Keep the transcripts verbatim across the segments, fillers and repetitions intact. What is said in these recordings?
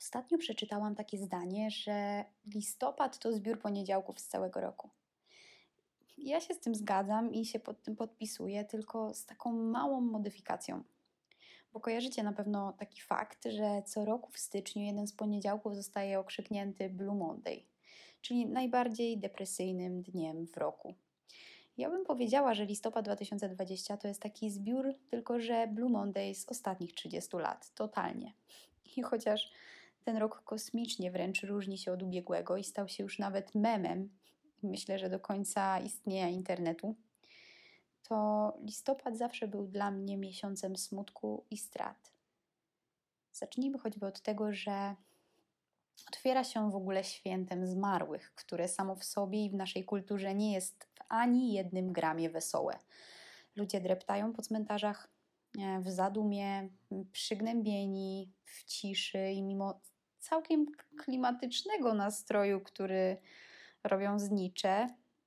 Ostatnio przeczytałam takie zdanie, że listopad to zbiór poniedziałków z całego roku. Ja się z tym zgadzam i się pod tym podpisuję, tylko z taką małą modyfikacją. Bo kojarzycie na pewno taki fakt, że co roku w styczniu jeden z poniedziałków zostaje okrzyknięty Blue Monday, czyli najbardziej depresyjnym dniem w roku. Ja bym powiedziała, że listopad dwa tysiące dwudziesty to jest taki zbiór, tylko że Blue Monday z ostatnich trzydziestu lat, totalnie. I chociaż ten rok kosmicznie wręcz różni się od ubiegłego i stał się już nawet memem, myślę, że do końca istnienia internetu, to listopad zawsze był dla mnie miesiącem smutku i strat. Zacznijmy choćby od tego, że otwiera się w ogóle świętem zmarłych, które samo w sobie i w naszej kulturze nie jest w ani jednym gramie wesołe. Ludzie dreptają po cmentarzach w zadumie, przygnębieni, w ciszy i mimo całkiem klimatycznego nastroju, który robią znicze.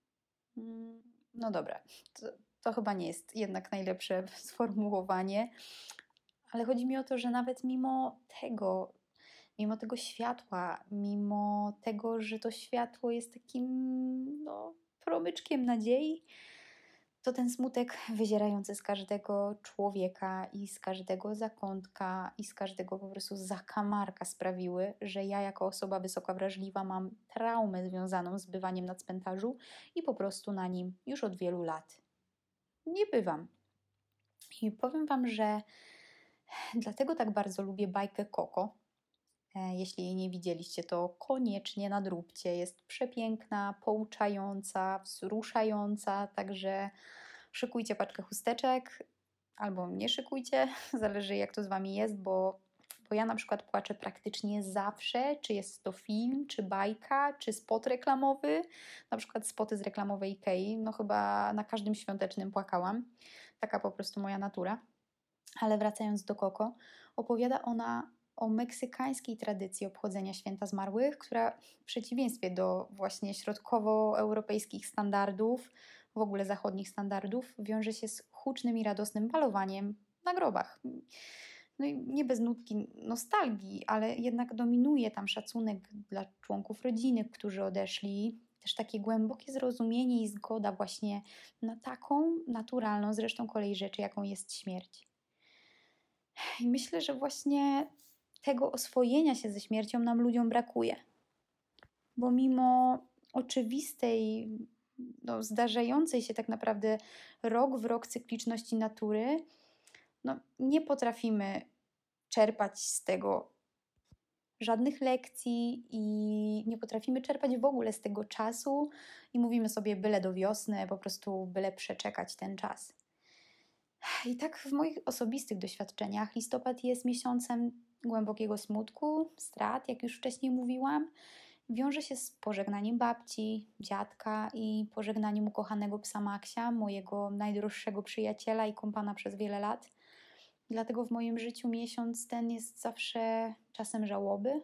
No dobra, to, to chyba nie jest jednak najlepsze sformułowanie, ale chodzi mi o to, że nawet mimo tego, mimo tego światła, mimo tego, że to światło jest takim no, promyczkiem nadziei, to ten smutek wyzierający z każdego człowieka i z każdego zakątka i z każdego po prostu zakamarka sprawiły, że ja jako osoba wysoko wrażliwa mam traumę związaną z bywaniem na cmentarzu i po prostu na nim już od wielu lat nie bywam. I powiem Wam, że dlatego tak bardzo lubię bajkę Coco. Jeśli jej nie widzieliście, to koniecznie nadróbcie. Jest przepiękna, pouczająca, wzruszająca, także szykujcie paczkę chusteczek albo nie szykujcie, zależy jak to z Wami jest, bo, bo ja na przykład płaczę praktycznie zawsze, czy jest to film, czy bajka, czy spot reklamowy, na przykład spoty z reklamowej Ikei, no chyba na każdym świątecznym płakałam, taka po prostu moja natura. Ale wracając do Coco, opowiada ona o meksykańskiej tradycji obchodzenia Święta Zmarłych, która w przeciwieństwie do właśnie środkowoeuropejskich standardów, w ogóle zachodnich standardów, wiąże się z hucznym i radosnym balowaniem na grobach. No i nie bez nutki nostalgii, ale jednak dominuje tam szacunek dla członków rodziny, którzy odeszli, też takie głębokie zrozumienie i zgoda właśnie na taką naturalną zresztą kolei rzeczy, jaką jest śmierć. I myślę, że właśnie tego oswojenia się ze śmiercią nam ludziom brakuje. Bo mimo oczywistej, no, zdarzającej się tak naprawdę rok w rok cykliczności natury, no, nie potrafimy czerpać z tego żadnych lekcji i nie potrafimy czerpać w ogóle z tego czasu i mówimy sobie byle do wiosny, po prostu byle przeczekać ten czas. I tak w moich osobistych doświadczeniach listopad jest miesiącem głębokiego smutku, strat, jak już wcześniej mówiłam. Wiąże się z pożegnaniem babci, dziadka i pożegnaniem ukochanego psa Maksia, mojego najdroższego przyjaciela i kompana przez wiele lat. Dlatego w moim życiu miesiąc ten jest zawsze czasem żałoby.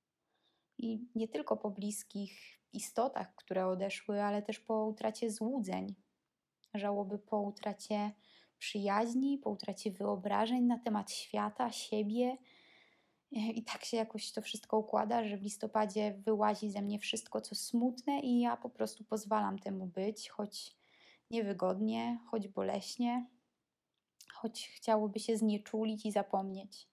I nie tylko po bliskich istotach, które odeszły, ale też po utracie złudzeń. Żałoby po utracie przyjaźni, po utracie wyobrażeń na temat świata, siebie. I tak się jakoś to wszystko układa, że w listopadzie wyłazi ze mnie wszystko, co smutne i ja po prostu pozwalam temu być, choć niewygodnie, choć boleśnie, choć chciałoby się znieczulić i zapomnieć.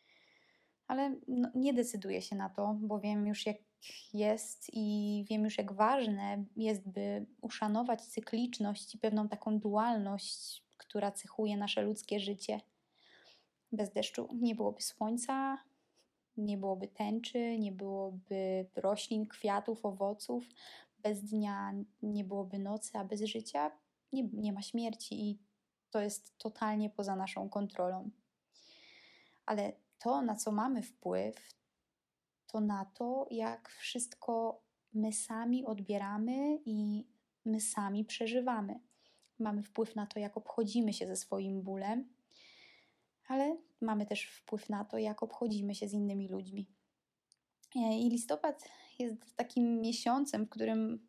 Ale no, nie decyduję się na to, bo wiem już jak jest i wiem już jak ważne jest, by uszanować cykliczność i pewną taką dualność, która cechuje nasze ludzkie życie. Bez deszczu nie byłoby słońca, nie byłoby tęczy, nie byłoby roślin, kwiatów, owoców. Bez dnia nie byłoby nocy, a bez życia nie, nie ma śmierci i to jest totalnie poza naszą kontrolą. Ale to, na co mamy wpływ, to na to, jak wszystko my sami odbieramy i my sami przeżywamy. Mamy wpływ na to, jak obchodzimy się ze swoim bólem, ale mamy też wpływ na to, jak obchodzimy się z innymi ludźmi. I listopad jest takim miesiącem, w którym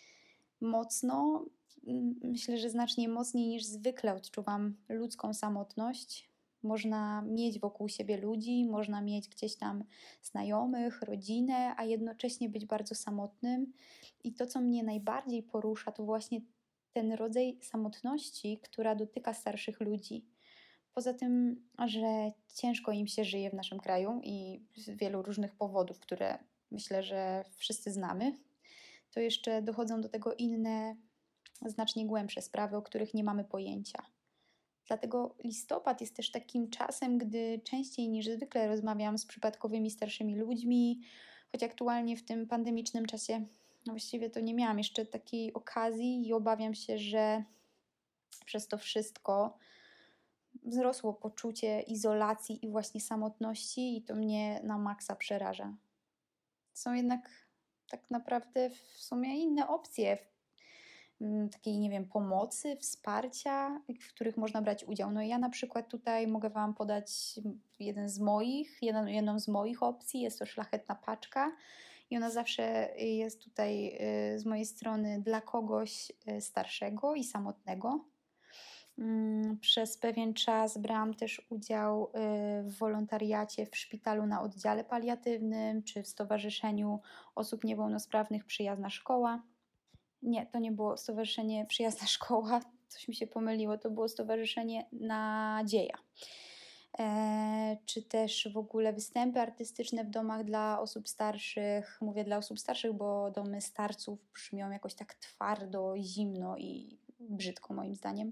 mocno, myślę, że znacznie mocniej niż zwykle odczuwam ludzką samotność, Można mieć wokół siebie ludzi, można mieć gdzieś tam znajomych, rodzinę, a jednocześnie być bardzo samotnym. I to, co mnie najbardziej porusza, to właśnie ten rodzaj samotności, która dotyka starszych ludzi. Poza tym, że ciężko im się żyje w naszym kraju i z wielu różnych powodów, które myślę, że wszyscy znamy, to jeszcze dochodzą do tego inne, znacznie głębsze sprawy, o których nie mamy pojęcia. Dlatego listopad jest też takim czasem, gdy częściej niż zwykle rozmawiam z przypadkowymi starszymi ludźmi, choć aktualnie w tym pandemicznym czasie no właściwie to nie miałam jeszcze takiej okazji i obawiam się, że przez to wszystko wzrosło poczucie izolacji i właśnie samotności i to mnie na maksa przeraża. Są jednak tak naprawdę w sumie inne opcje mm, takiej, nie wiem, pomocy, wsparcia, w których można brać udział. No ja na przykład tutaj mogę Wam podać jeden z moich, jedną, jedną z moich opcji, jest to Szlachetna Paczka i ona zawsze jest tutaj y, z mojej strony dla kogoś y, starszego i samotnego. Mm, Przez pewien czas brałam też udział y, w wolontariacie w szpitalu na oddziale paliatywnym czy w Stowarzyszeniu Osób Niepełnosprawnych Przyjazna Szkoła. Nie, to nie było Stowarzyszenie Przyjazna Szkoła, coś mi się pomyliło, to było Stowarzyszenie Nadzieja. E, czy też w ogóle występy artystyczne w domach dla osób starszych. Mówię dla osób starszych, bo domy starców brzmią jakoś tak twardo, zimno i brzydko moim zdaniem.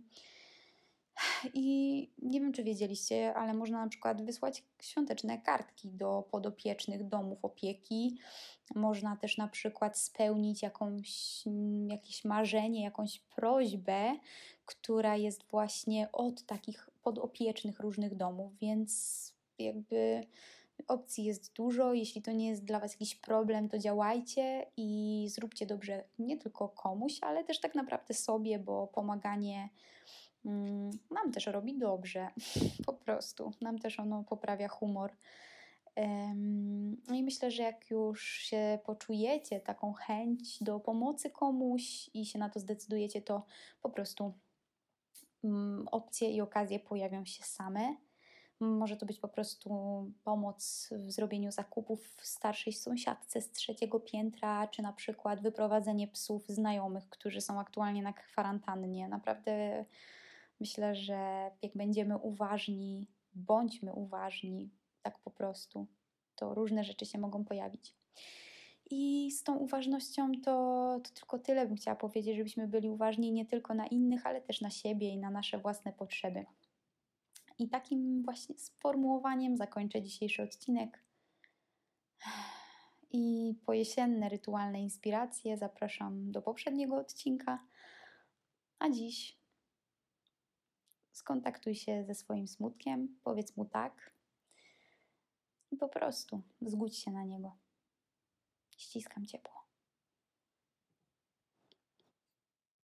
I nie wiem, czy wiedzieliście, ale można na przykład wysłać świąteczne kartki do podopiecznych domów opieki. Można też na przykład spełnić jakąś, jakieś marzenie, jakąś prośbę, która jest właśnie od takich podopiecznych różnych domów, więc jakby opcji jest dużo. Jeśli to nie jest dla Was jakiś problem, to działajcie i zróbcie dobrze nie tylko komuś, ale też tak naprawdę sobie, bo pomaganie mm, nam też robi dobrze, po prostu. Nam też ono poprawia humor. No i myślę, że jak już się poczujecie taką chęć do pomocy komuś i się na to zdecydujecie, to po prostu mm, opcje i okazje pojawią się same. Może to być po prostu pomoc w zrobieniu zakupów starszej sąsiadce z trzeciego piętra, czy na przykład wyprowadzenie psów znajomych, którzy są aktualnie na kwarantannie. Naprawdę myślę, że jak będziemy uważni, bądźmy uważni, tak po prostu, to różne rzeczy się mogą pojawić. I z tą uważnością to, to tylko tyle bym chciała powiedzieć, żebyśmy byli uważni nie tylko na innych, ale też na siebie i na nasze własne potrzeby. I takim właśnie sformułowaniem zakończę dzisiejszy odcinek. I po jesienne rytualne inspiracje zapraszam do poprzedniego odcinka. A dziś skontaktuj się ze swoim smutkiem, powiedz mu tak i po prostu zgódź się na niego. Ściskam ciepło.